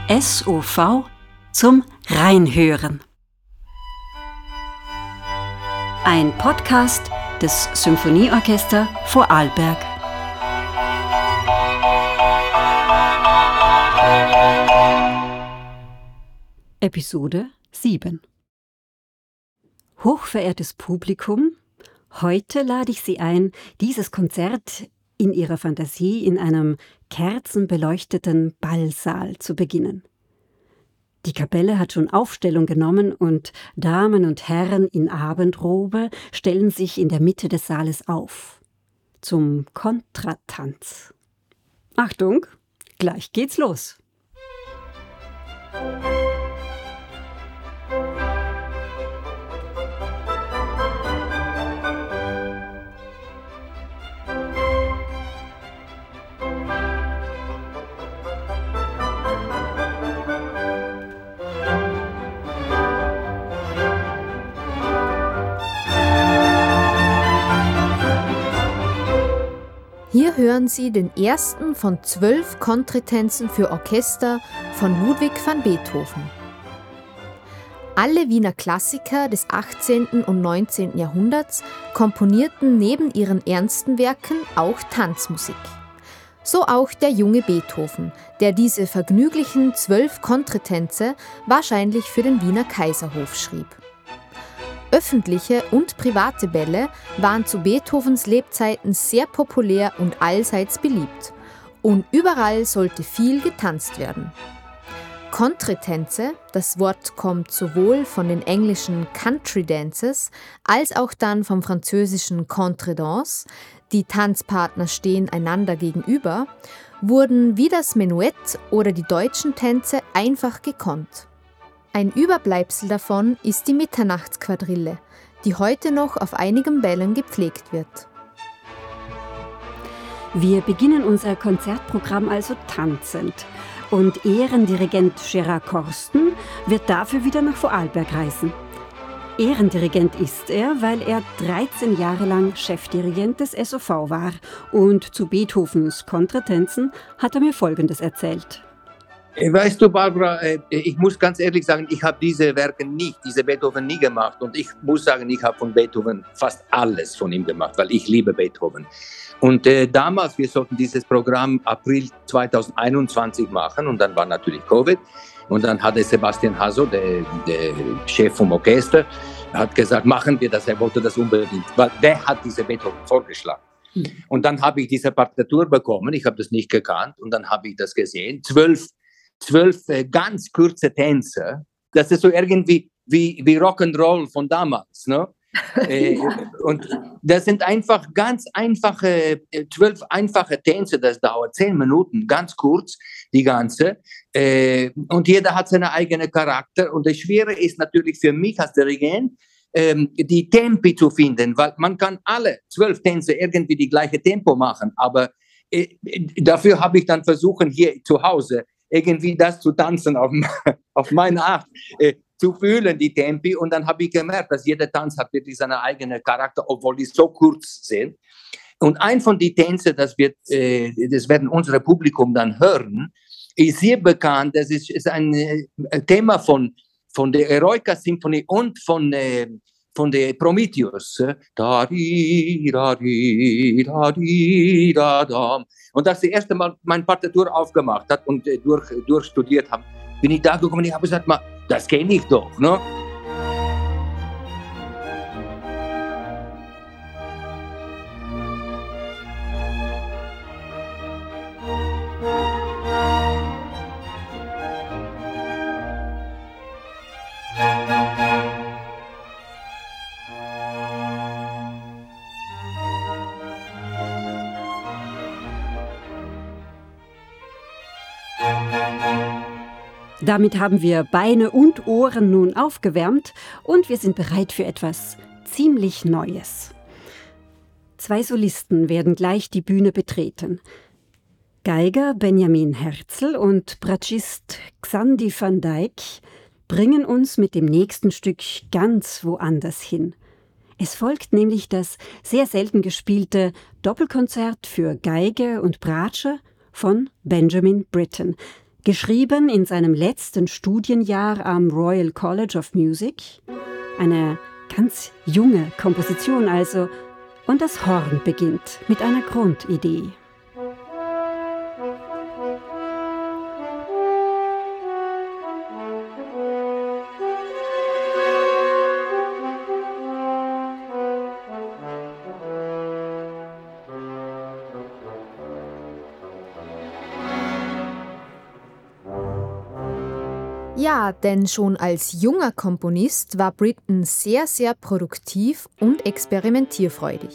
SOV zum Reinhören. Ein Podcast des Symphonieorchester Vorarlberg. Episode 7. Hochverehrtes Publikum, heute lade ich Sie ein, dieses Konzert in Ihrer Fantasie in einem kerzenbeleuchteten Ballsaal zu beginnen. Die Kapelle hat schon Aufstellung genommen und Damen und Herren in Abendrobe stellen sich in der Mitte des Saales auf. Zum Kontratanz. Achtung, gleich geht's los. Hier hören Sie den ersten von 12 Kontretänzen für Orchester von Ludwig van Beethoven. Alle Wiener Klassiker des 18. und 19. Jahrhunderts komponierten neben ihren ernsten Werken auch Tanzmusik. So auch der junge Beethoven, der diese vergnüglichen 12 Kontretänze wahrscheinlich für den Wiener Kaiserhof schrieb. Öffentliche und private Bälle waren zu Beethovens Lebzeiten sehr populär und allseits beliebt. Und überall sollte viel getanzt werden. Kontretänze, das Wort kommt sowohl von den englischen Country Dances als auch dann vom französischen Contredanse, die Tanzpartner stehen einander gegenüber, wurden wie das Menuett oder die deutschen Tänze einfach gekonnt. Ein Überbleibsel davon ist die Mitternachtsquadrille, die heute noch auf einigen Bällen gepflegt wird. Wir beginnen unser Konzertprogramm also tanzend. Und Ehrendirigent Gerard Korsten wird dafür wieder nach Vorarlberg reisen. Ehrendirigent ist er, weil er 13 Jahre lang Chefdirigent des SOV war. Und zu Beethovens Kontretänzen hat er mir Folgendes erzählt. Weißt du, Barbara, ich muss ganz ehrlich sagen, ich habe diese Beethoven nie gemacht. Und ich muss sagen, ich habe von Beethoven fast alles von ihm gemacht, weil ich liebe Beethoven. Und damals, wir sollten dieses Programm April 2021 machen und dann war natürlich Covid. Und dann hatte Sebastian Hasso, der Chef vom Orchester, hat gesagt, machen wir das, er wollte das unbedingt, weil der hat diese Beethoven vorgeschlagen. Und dann habe ich diese Partitur bekommen, ich habe das nicht gekannt und dann habe ich das gesehen, 12 ganz kurze Tänze, das ist so irgendwie wie Rock'n'Roll von damals, ne? Und das sind einfach ganz einfache, 12 einfache Tänze, das dauert 10 Minuten, ganz kurz, die ganze. Und jeder hat seinen eigenen Charakter und das Schwere ist natürlich für mich als Dirigent, die Tempi zu finden, weil man kann alle 12 Tänze irgendwie die gleiche Tempo machen, aber dafür habe ich dann versucht, hier zu Hause irgendwie das zu tanzen auf meine Art, zu fühlen, die Tempi. Und dann habe ich gemerkt, dass jeder Tanz hat wirklich seinen eigenen Charakter, obwohl die so kurz sind. Und ein von den Tänzen, das werden unsere Publikum dann hören, ist sehr bekannt. Das ist ein Thema von der Eroica-Symphonie und von der Prometheus. Und als ich das erste Mal meine Partitur aufgemacht hat und durchstudiert habe, bin ich da gekommen und ich habe gesagt, das kenne ich doch, ne? Damit haben wir Beine und Ohren nun aufgewärmt und wir sind bereit für etwas ziemlich Neues. 2 Solisten werden gleich die Bühne betreten. Geiger Benjamin Herzl und Bratschist Xandi van Dijk bringen uns mit dem nächsten Stück ganz woanders hin. Es folgt nämlich das sehr selten gespielte Doppelkonzert für Geige und Bratsche von Benjamin Britten. Geschrieben in seinem letzten Studienjahr am Royal College of Music. Eine ganz junge Komposition also. Und das Horn beginnt mit einer Grundidee. Ja, denn schon als junger Komponist war Britten sehr, sehr produktiv und experimentierfreudig.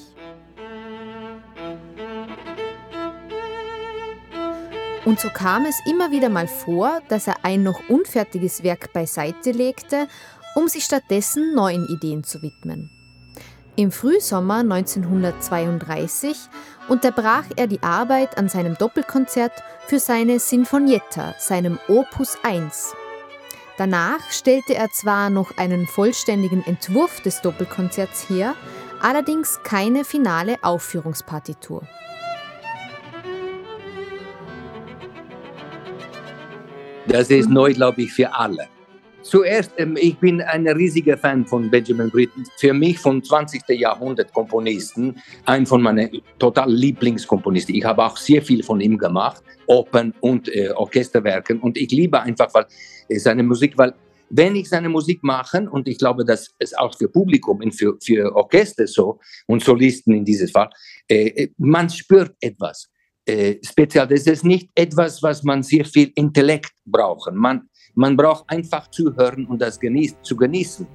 Und so kam es immer wieder mal vor, dass er ein noch unfertiges Werk beiseite legte, um sich stattdessen neuen Ideen zu widmen. Im Frühsommer 1932 unterbrach er die Arbeit an seinem Doppelkonzert für seine Sinfonietta, seinem Opus 1. Danach stellte er zwar noch einen vollständigen Entwurf des Doppelkonzerts her, allerdings keine finale Aufführungspartitur. Das ist neu, glaube ich, für alle. Zuerst, ich bin ein riesiger Fan von Benjamin Britten. Für mich von 20. Jahrhundert Komponisten, ein von meinen total Lieblingskomponisten. Ich habe auch sehr viel von ihm gemacht, Opern und Orchesterwerken. Und ich liebe einfach seine Musik, weil wenn ich seine Musik mache, und ich glaube, das ist auch für Publikum und für Orchester so und Solisten in diesem Fall, man spürt etwas. Speziell, das ist nicht etwas, was man sehr viel Intellekt braucht. Man braucht einfach zuhören und das zu genießen.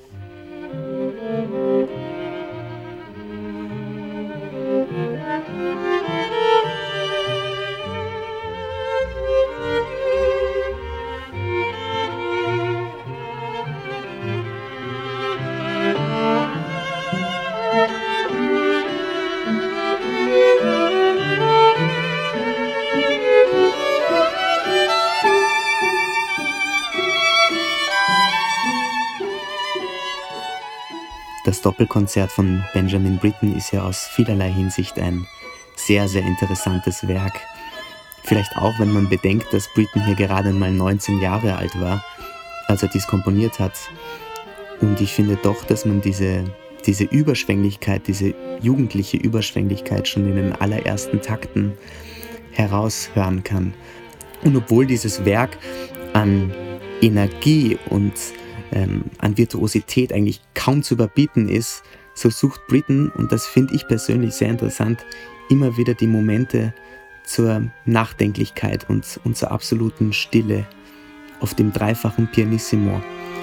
Das Doppelkonzert von Benjamin Britten ist ja aus vielerlei Hinsicht ein sehr, sehr interessantes Werk. Vielleicht auch, wenn man bedenkt, dass Britten hier gerade mal 19 Jahre alt war, als er dies komponiert hat. Und ich finde doch, dass man diese Überschwänglichkeit, diese jugendliche Überschwänglichkeit schon in den allerersten Takten heraushören kann. Und obwohl dieses Werk an Energie und an Virtuosität eigentlich kaum zu überbieten ist, so sucht Britten, und das finde ich persönlich sehr interessant, immer wieder die Momente zur Nachdenklichkeit und zur absoluten Stille auf dem dreifachen Pianissimo.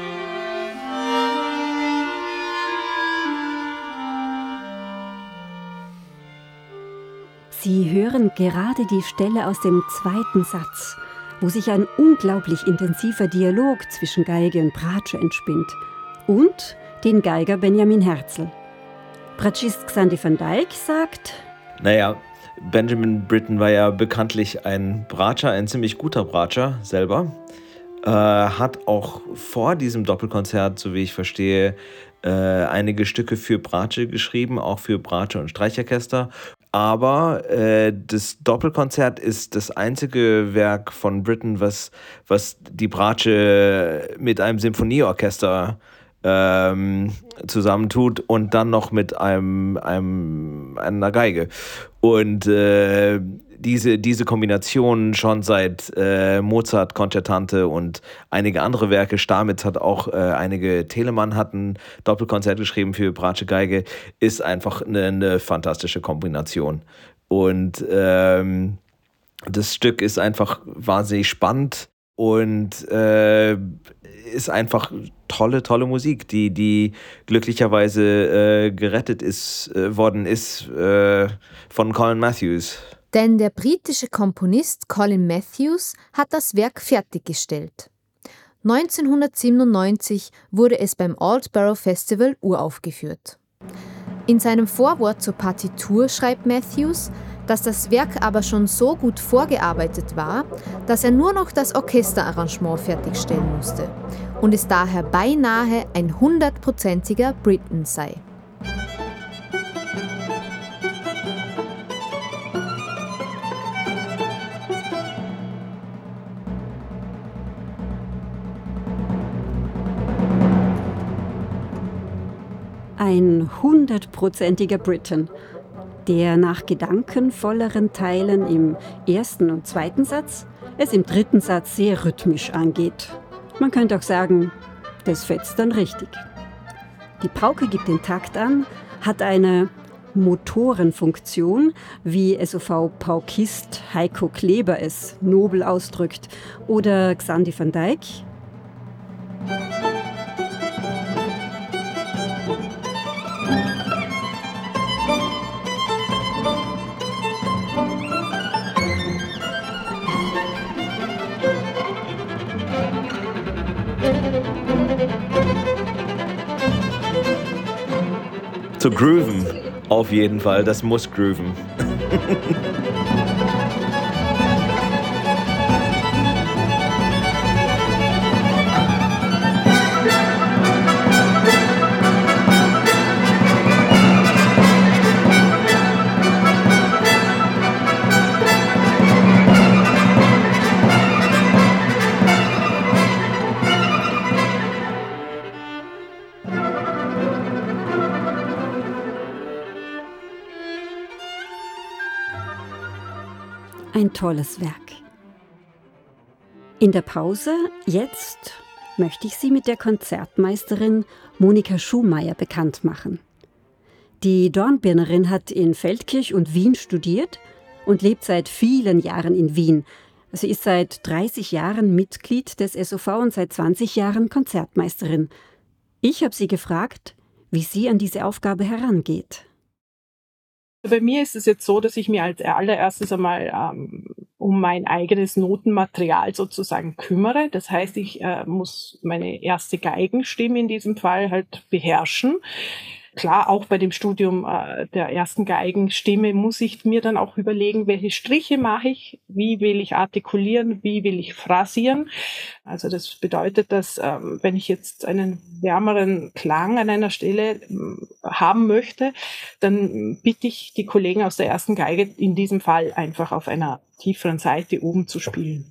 Sie hören gerade die Stelle aus dem zweiten Satz, wo sich ein unglaublich intensiver Dialog zwischen Geige und Bratsche entspinnt und den Geiger Benjamin Herzl. Bratschist Xandi van Dijk sagt: Naja, Benjamin Britten war ja bekanntlich ein Bratscher, ein ziemlich guter Bratscher selber. Hat auch vor diesem Doppelkonzert, so wie ich verstehe, einige Stücke für Bratsche geschrieben, auch für Bratsche und Streichorchester. Aber das Doppelkonzert ist das einzige Werk von Britten, was die Bratsche mit einem Symphonieorchester zusammentut und dann noch mit einer Geige. Und diese Kombination schon seit Mozart, Concertante und einige andere Werke, Stamitz hat auch einige, Telemann hat ein Doppelkonzert geschrieben für Bratsche Geige, ist einfach eine fantastische Kombination. Und das Stück ist einfach wahnsinnig spannend und ist einfach tolle Musik, die glücklicherweise gerettet worden ist von Colin Matthews. Denn der britische Komponist Colin Matthews hat das Werk fertiggestellt. 1997 wurde es beim Aldborough Festival uraufgeführt. In seinem Vorwort zur Partitur schreibt Matthews, dass das Werk aber schon so gut vorgearbeitet war, dass er nur noch das Orchesterarrangement fertigstellen musste und es daher beinahe ein 100%iger Britten sei. Ein 100%iger Britten, der nach gedankenvolleren Teilen im ersten und zweiten Satz es im dritten Satz sehr rhythmisch angeht. Man könnte auch sagen, das fetzt dann richtig. Die Pauke gibt den Takt an, hat eine Motorenfunktion, wie SOV-Paukist Heiko Kleber es nobel ausdrückt, oder Xandi van Dijk. Zu grooven, auf jeden Fall, das muss grooven. Ein tolles Werk. In der Pause, jetzt, möchte ich Sie mit der Konzertmeisterin Monika Schumayer bekannt machen. Die Dornbirnerin hat in Feldkirch und Wien studiert und lebt seit vielen Jahren in Wien. Sie ist seit 30 Jahren Mitglied des SOV und seit 20 Jahren Konzertmeisterin. Ich habe sie gefragt, wie sie an diese Aufgabe herangeht. Bei mir ist es jetzt so, dass ich mir als allererstes einmal um mein eigenes Notenmaterial sozusagen kümmere. Das heißt, ich muss meine erste Geigenstimme in diesem Fall halt beherrschen. Klar, auch bei dem Studium der ersten Geigenstimme muss ich mir dann auch überlegen, welche Striche mache ich, wie will ich artikulieren, wie will ich phrasieren. Also das bedeutet, dass wenn ich jetzt einen wärmeren Klang an einer Stelle haben möchte, dann bitte ich die Kollegen aus der ersten Geige in diesem Fall einfach auf einer tieferen Seite oben zu spielen.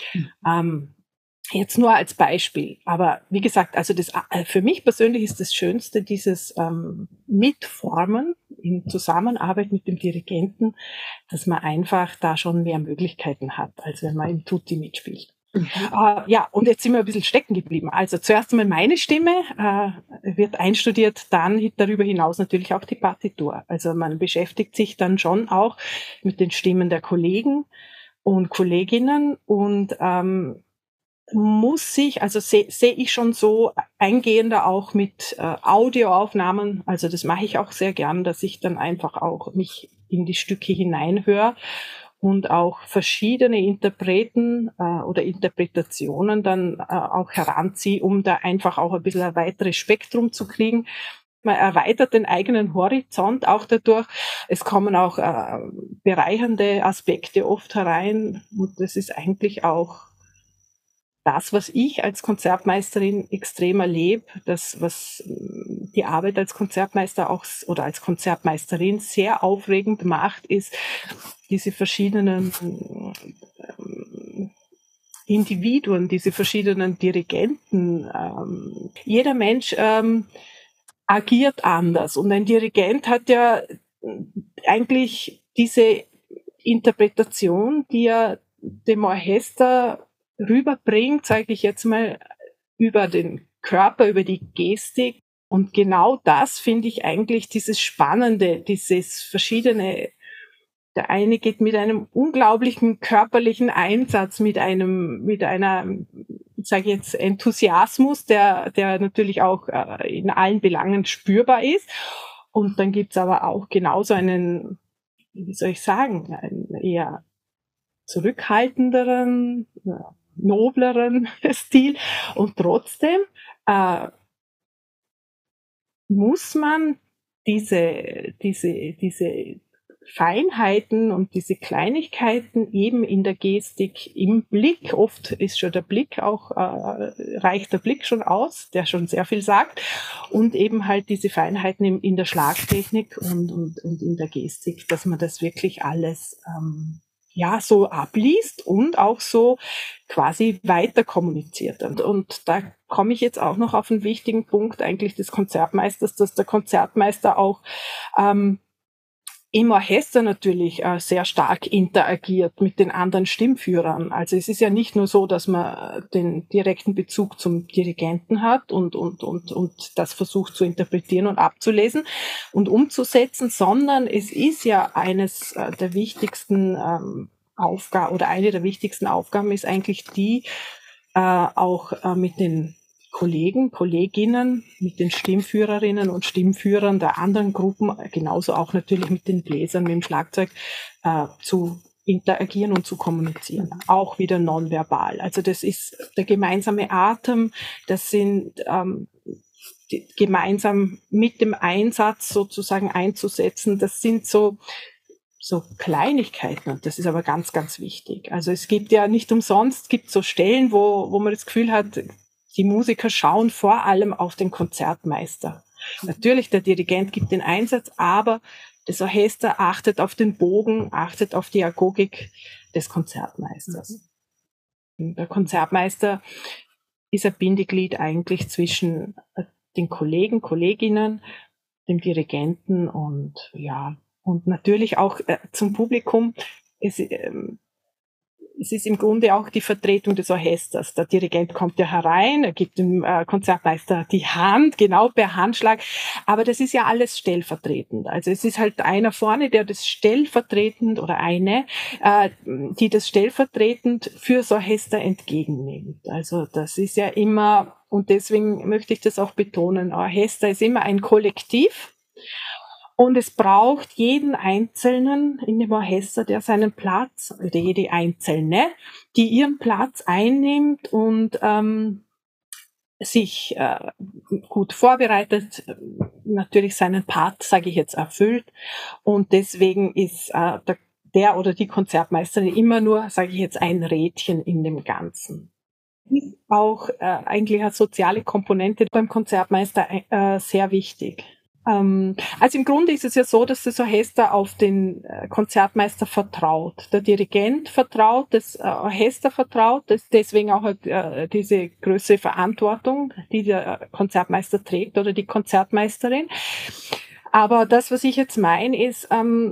Jetzt nur als Beispiel, aber wie gesagt, also das für mich persönlich ist das Schönste dieses Mitformen in Zusammenarbeit mit dem Dirigenten, dass man einfach da schon mehr Möglichkeiten hat, als wenn man im Tutti mitspielt. Ja, und jetzt sind wir ein bisschen stecken geblieben. Also zuerst einmal meine Stimme wird einstudiert, dann darüber hinaus natürlich auch die Partitur. Also man beschäftigt sich dann schon auch mit den Stimmen der Kollegen und Kolleginnen und muss sich, also sehe ich schon so eingehender auch mit Audioaufnahmen, also das mache ich auch sehr gern, dass ich dann einfach auch mich in die Stücke hineinhöre und auch verschiedene Interpreten oder Interpretationen dann auch heranziehe, um da einfach auch ein bisschen ein weiteres Spektrum zu kriegen. Man erweitert den eigenen Horizont auch dadurch. Es kommen auch bereichernde Aspekte oft herein und das ist eigentlich auch das, was ich als Konzertmeisterin extrem erlebe, das, was die Arbeit als Konzertmeister auch oder als Konzertmeisterin sehr aufregend macht, ist diese verschiedenen Individuen, diese verschiedenen Dirigenten. Jeder Mensch agiert anders und ein Dirigent hat ja eigentlich diese Interpretation, die er dem Orchester rüberbringt, sage ich jetzt mal, über den Körper, über die Gestik. Und genau das finde ich eigentlich dieses Spannende, dieses Verschiedene. Der eine geht mit einem unglaublichen körperlichen Einsatz, mit einer, sage ich jetzt, Enthusiasmus, der natürlich auch in allen Belangen spürbar ist. Und dann gibt's aber auch genauso einen, wie soll ich sagen, einen eher zurückhaltenderen, nobleren Stil. Und trotzdem muss man diese Feinheiten und diese Kleinigkeiten eben in der Gestik im Blick, oft ist schon der Blick auch, reicht der Blick schon aus, der schon sehr viel sagt, und eben halt diese Feinheiten in der Schlagtechnik und in der Gestik, dass man das wirklich alles so abliest und auch so quasi weiter kommuniziert. Und da komme ich jetzt auch noch auf einen wichtigen Punkt eigentlich des Konzertmeisters, dass der Konzertmeister auch im Orchester natürlich sehr stark interagiert mit den anderen Stimmführern. Also es ist ja nicht nur so, dass man den direkten Bezug zum Dirigenten hat und das versucht zu interpretieren und abzulesen und umzusetzen, sondern es ist ja eines der wichtigsten Aufgaben oder eine der wichtigsten Aufgaben ist eigentlich die, auch mit den Kollegen, Kolleginnen, mit den Stimmführerinnen und Stimmführern der anderen Gruppen, genauso auch natürlich mit den Bläsern, mit dem Schlagzeug, zu interagieren und zu kommunizieren. Auch wieder nonverbal. Also das ist der gemeinsame Atem, das sind gemeinsam mit dem Einsatz sozusagen einzusetzen, das sind so Kleinigkeiten, und das ist aber ganz, ganz wichtig. Also es gibt ja nicht umsonst, gibt so Stellen, wo man das Gefühl hat, die Musiker schauen vor allem auf den Konzertmeister. Natürlich, der Dirigent gibt den Einsatz, aber das Orchester achtet auf den Bogen, achtet auf die Agogik des Konzertmeisters. Der Konzertmeister ist ein Bindeglied eigentlich zwischen den Kollegen, Kolleginnen, dem Dirigenten und natürlich auch zum Publikum. Es ist im Grunde auch die Vertretung des Orchesters. Der Dirigent kommt ja herein, er gibt dem Konzertmeister die Hand, genau per Handschlag. Aber das ist ja alles stellvertretend. Also es ist halt einer vorne, der das stellvertretend oder eine, die das stellvertretend fürs Orchester entgegennimmt. Also das ist ja immer, und deswegen möchte ich das auch betonen, Orchester ist immer ein Kollektiv. Und es braucht jeden Einzelnen in dem Orchester, der seinen Platz, oder jede Einzelne, die ihren Platz einnimmt und sich gut vorbereitet, natürlich seinen Part, sage ich jetzt, erfüllt. Und deswegen ist der oder die Konzertmeisterin immer nur, sage ich jetzt, ein Rädchen in dem Ganzen. Ist auch eigentlich eine soziale Komponente beim Konzertmeister sehr wichtig. Also im Grunde ist es ja so, dass das Orchester auf den Konzertmeister vertraut. Der Dirigent vertraut, das Orchester vertraut, deswegen auch diese größere Verantwortung, die der Konzertmeister trägt oder die Konzertmeisterin. Aber das, was ich jetzt meine, ist,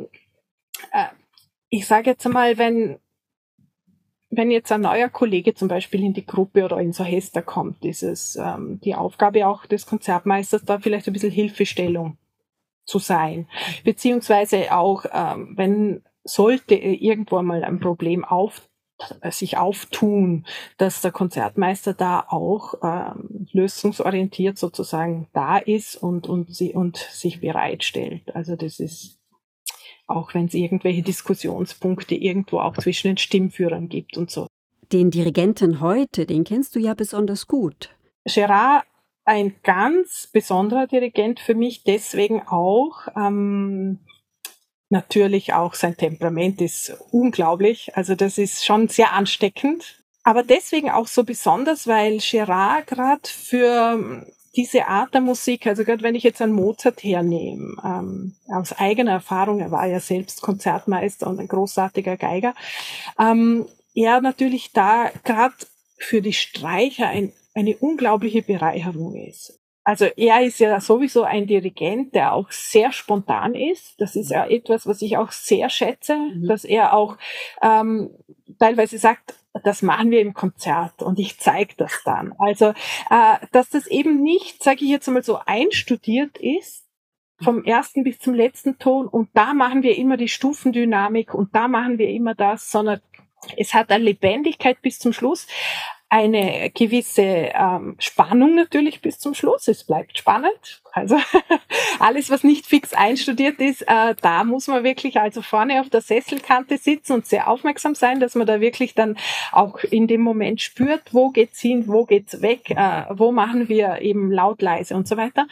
ich sage jetzt einmal, wenn jetzt ein neuer Kollege zum Beispiel in die Gruppe oder ins Orchester kommt, ist es die Aufgabe auch des Konzertmeisters, da vielleicht ein bisschen Hilfestellung zu sein. Beziehungsweise auch, wenn sollte irgendwo mal ein Problem sich auftun, dass der Konzertmeister da auch lösungsorientiert sozusagen da ist und sich bereitstellt. Also das ist, auch wenn es irgendwelche Diskussionspunkte irgendwo auch zwischen den Stimmführern gibt und so. Den Dirigenten heute, den kennst du ja besonders gut. Gérard, ein ganz besonderer Dirigent für mich, deswegen auch, natürlich auch sein Temperament ist unglaublich, also das ist schon sehr ansteckend, aber deswegen auch so besonders, weil Gérard gerade für diese Art der Musik, also gerade wenn ich jetzt einen Mozart hernehme, aus eigener Erfahrung, er war ja selbst Konzertmeister und ein großartiger Geiger, er natürlich da gerade für die Streicher eine unglaubliche Bereicherung ist. Also er ist ja sowieso ein Dirigent, der auch sehr spontan ist. Das ist ja etwas, was ich auch sehr schätze, dass er auch teilweise sagt, das machen wir im Konzert und ich zeige das dann. Also, dass das eben nicht, sage ich jetzt einmal so, einstudiert ist, vom ersten bis zum letzten Ton und da machen wir immer die Stufendynamik und da machen wir immer das, sondern es hat eine Lebendigkeit bis zum Schluss, eine gewisse Spannung natürlich bis zum Schluss. Es bleibt spannend. Also alles, was nicht fix einstudiert ist, da muss man wirklich also vorne auf der Sesselkante sitzen und sehr aufmerksam sein, dass man da wirklich dann auch in dem Moment spürt, wo geht's hin, wo geht's weg, wo machen wir eben laut, leise und so weiter.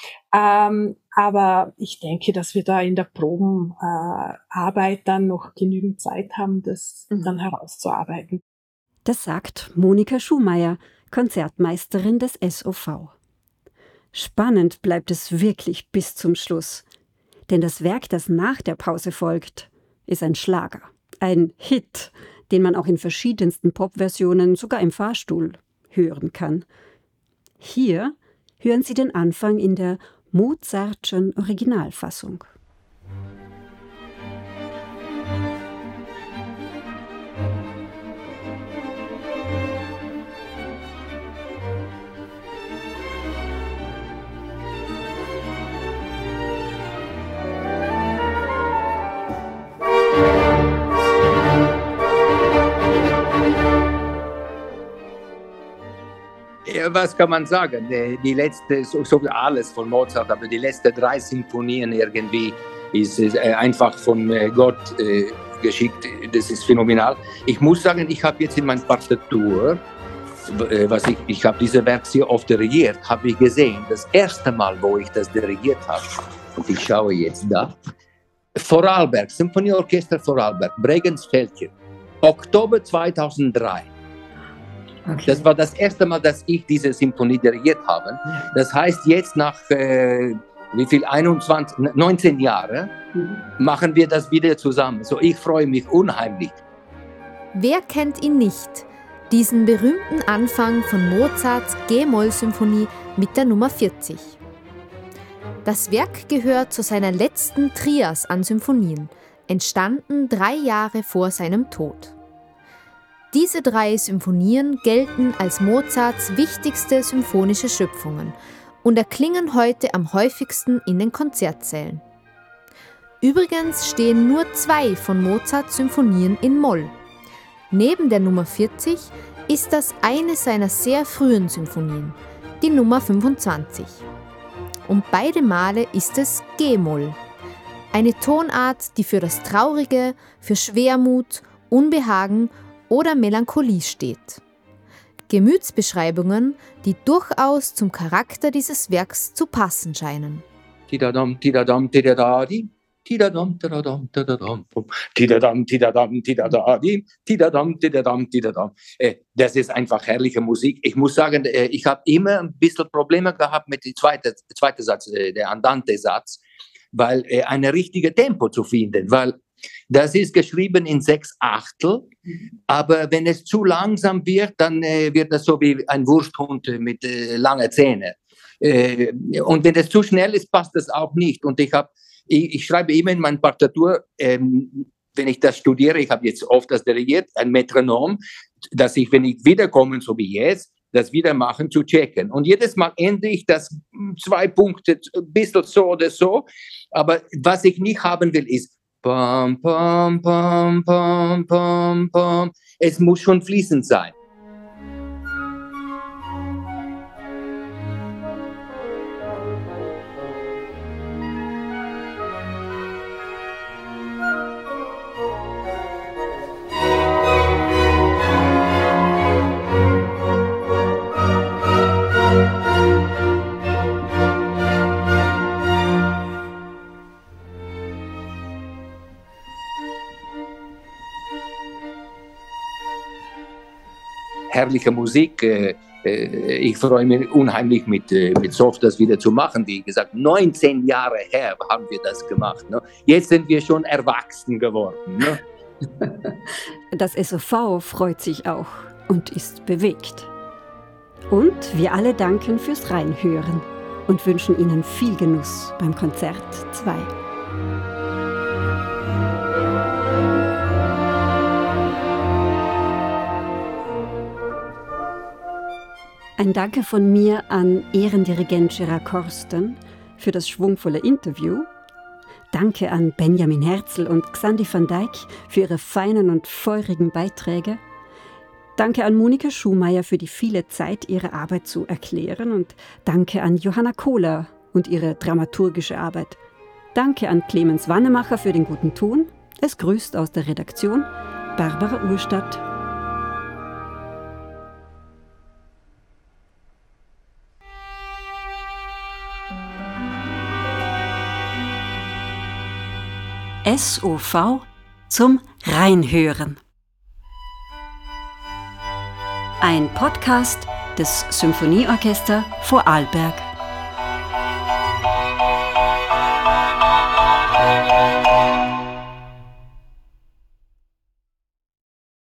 Aber ich denke, dass wir da in der Probenarbeit dann noch genügend Zeit haben, das dann herauszuarbeiten. Das sagt Monika Schumayer, Konzertmeisterin des SOV. Spannend bleibt es wirklich bis zum Schluss. Denn das Werk, das nach der Pause folgt, ist ein Schlager. Ein Hit, den man auch in verschiedensten Popversionen, sogar im Fahrstuhl, hören kann. Hier hören Sie den Anfang in der Mozartschen Originalfassung. Was kann man sagen? Die letzte, so alles von Mozart, aber die letzten 3 Sinfonien irgendwie ist einfach von Gott geschickt. Das ist phänomenal. Ich muss sagen, ich habe jetzt in meiner Partitur, ich habe dieses Werk sehr oft dirigiert, habe ich gesehen, das erste Mal, wo ich das dirigiert habe, und ich schaue jetzt da, Vorarlberg, Symphonieorchester Vorarlberg, Bregenzfeldchen, Oktober 2003. Okay. Das war das erste Mal, dass ich diese Symphonie dirigiert habe. Das heißt, jetzt nach 19 Jahren machen wir das wieder zusammen. So, ich freue mich unheimlich. Wer kennt ihn nicht? Diesen berühmten Anfang von Mozarts G-Moll-Symphonie mit der Nummer 40. Das Werk gehört zu seiner letzten Trias an Symphonien, entstanden 3 Jahre vor seinem Tod. Diese 3 Symphonien gelten als Mozarts wichtigste symphonische Schöpfungen und erklingen heute am häufigsten in den Konzertsälen. Übrigens stehen nur 2 von Mozarts Symphonien in Moll. Neben der Nummer 40 ist das eine seiner sehr frühen Symphonien, die Nummer 25. Und beide Male ist es G-Moll, eine Tonart, die für das Traurige, für Schwermut, Unbehagen oder Melancholie steht. Gemütsbeschreibungen, die durchaus zum Charakter dieses Werks zu passen scheinen. Tidadam, tidadam, tidadadi, tidadam, tidadam, tidadam, tidadam, tidadam, tidadadi, tidadam, tidadam, tidadam. Das ist einfach herrliche Musik. Ich muss sagen, ich habe immer ein bisschen Probleme gehabt mit dem zweiten Satz, der Andante-Satz, weil ein richtiges Tempo zu finden, weil das ist geschrieben in 6/8, aber wenn es zu langsam wird, dann wird das so wie ein Wursthund mit langen Zähnen. Und wenn es zu schnell ist, passt das auch nicht. Und ich schreibe immer in meiner Partitur, wenn ich das studiere, ich habe jetzt oft das dirigiert, ein Metronom, dass ich, wenn ich wiederkomme, so wie jetzt, das wieder machen, zu checken. Und jedes Mal ändere ich das 2 Punkte, ein bisschen so oder so. Aber was ich nicht haben will, ist pam, pam, pam, pam, pam, pam. Es muss schon fließend sein. Herrliche Musik. Ich freue mich unheimlich mit Soft das wieder zu machen. Wie gesagt, 19 Jahre her haben wir das gemacht. Ne? Jetzt sind wir schon erwachsen geworden. Ne? Das SOV freut sich auch und ist bewegt. Und wir alle danken fürs Reinhören und wünschen Ihnen viel Genuss beim Konzert 2. Ein Danke von mir an Ehrendirigent Gerard Korsten für das schwungvolle Interview. Danke an Benjamin Herzl und Xandi van Dijk für ihre feinen und feurigen Beiträge. Danke an Monika Schumayer für die viele Zeit, ihre Arbeit zu erklären. Und danke an Johanna Kohler und ihre dramaturgische Arbeit. Danke an Clemens Wannemacher für den guten Ton. Es grüßt aus der Redaktion Barbara Urstadt. SOV zum Reinhören. Ein Podcast des Symphonieorchester Vorarlberg.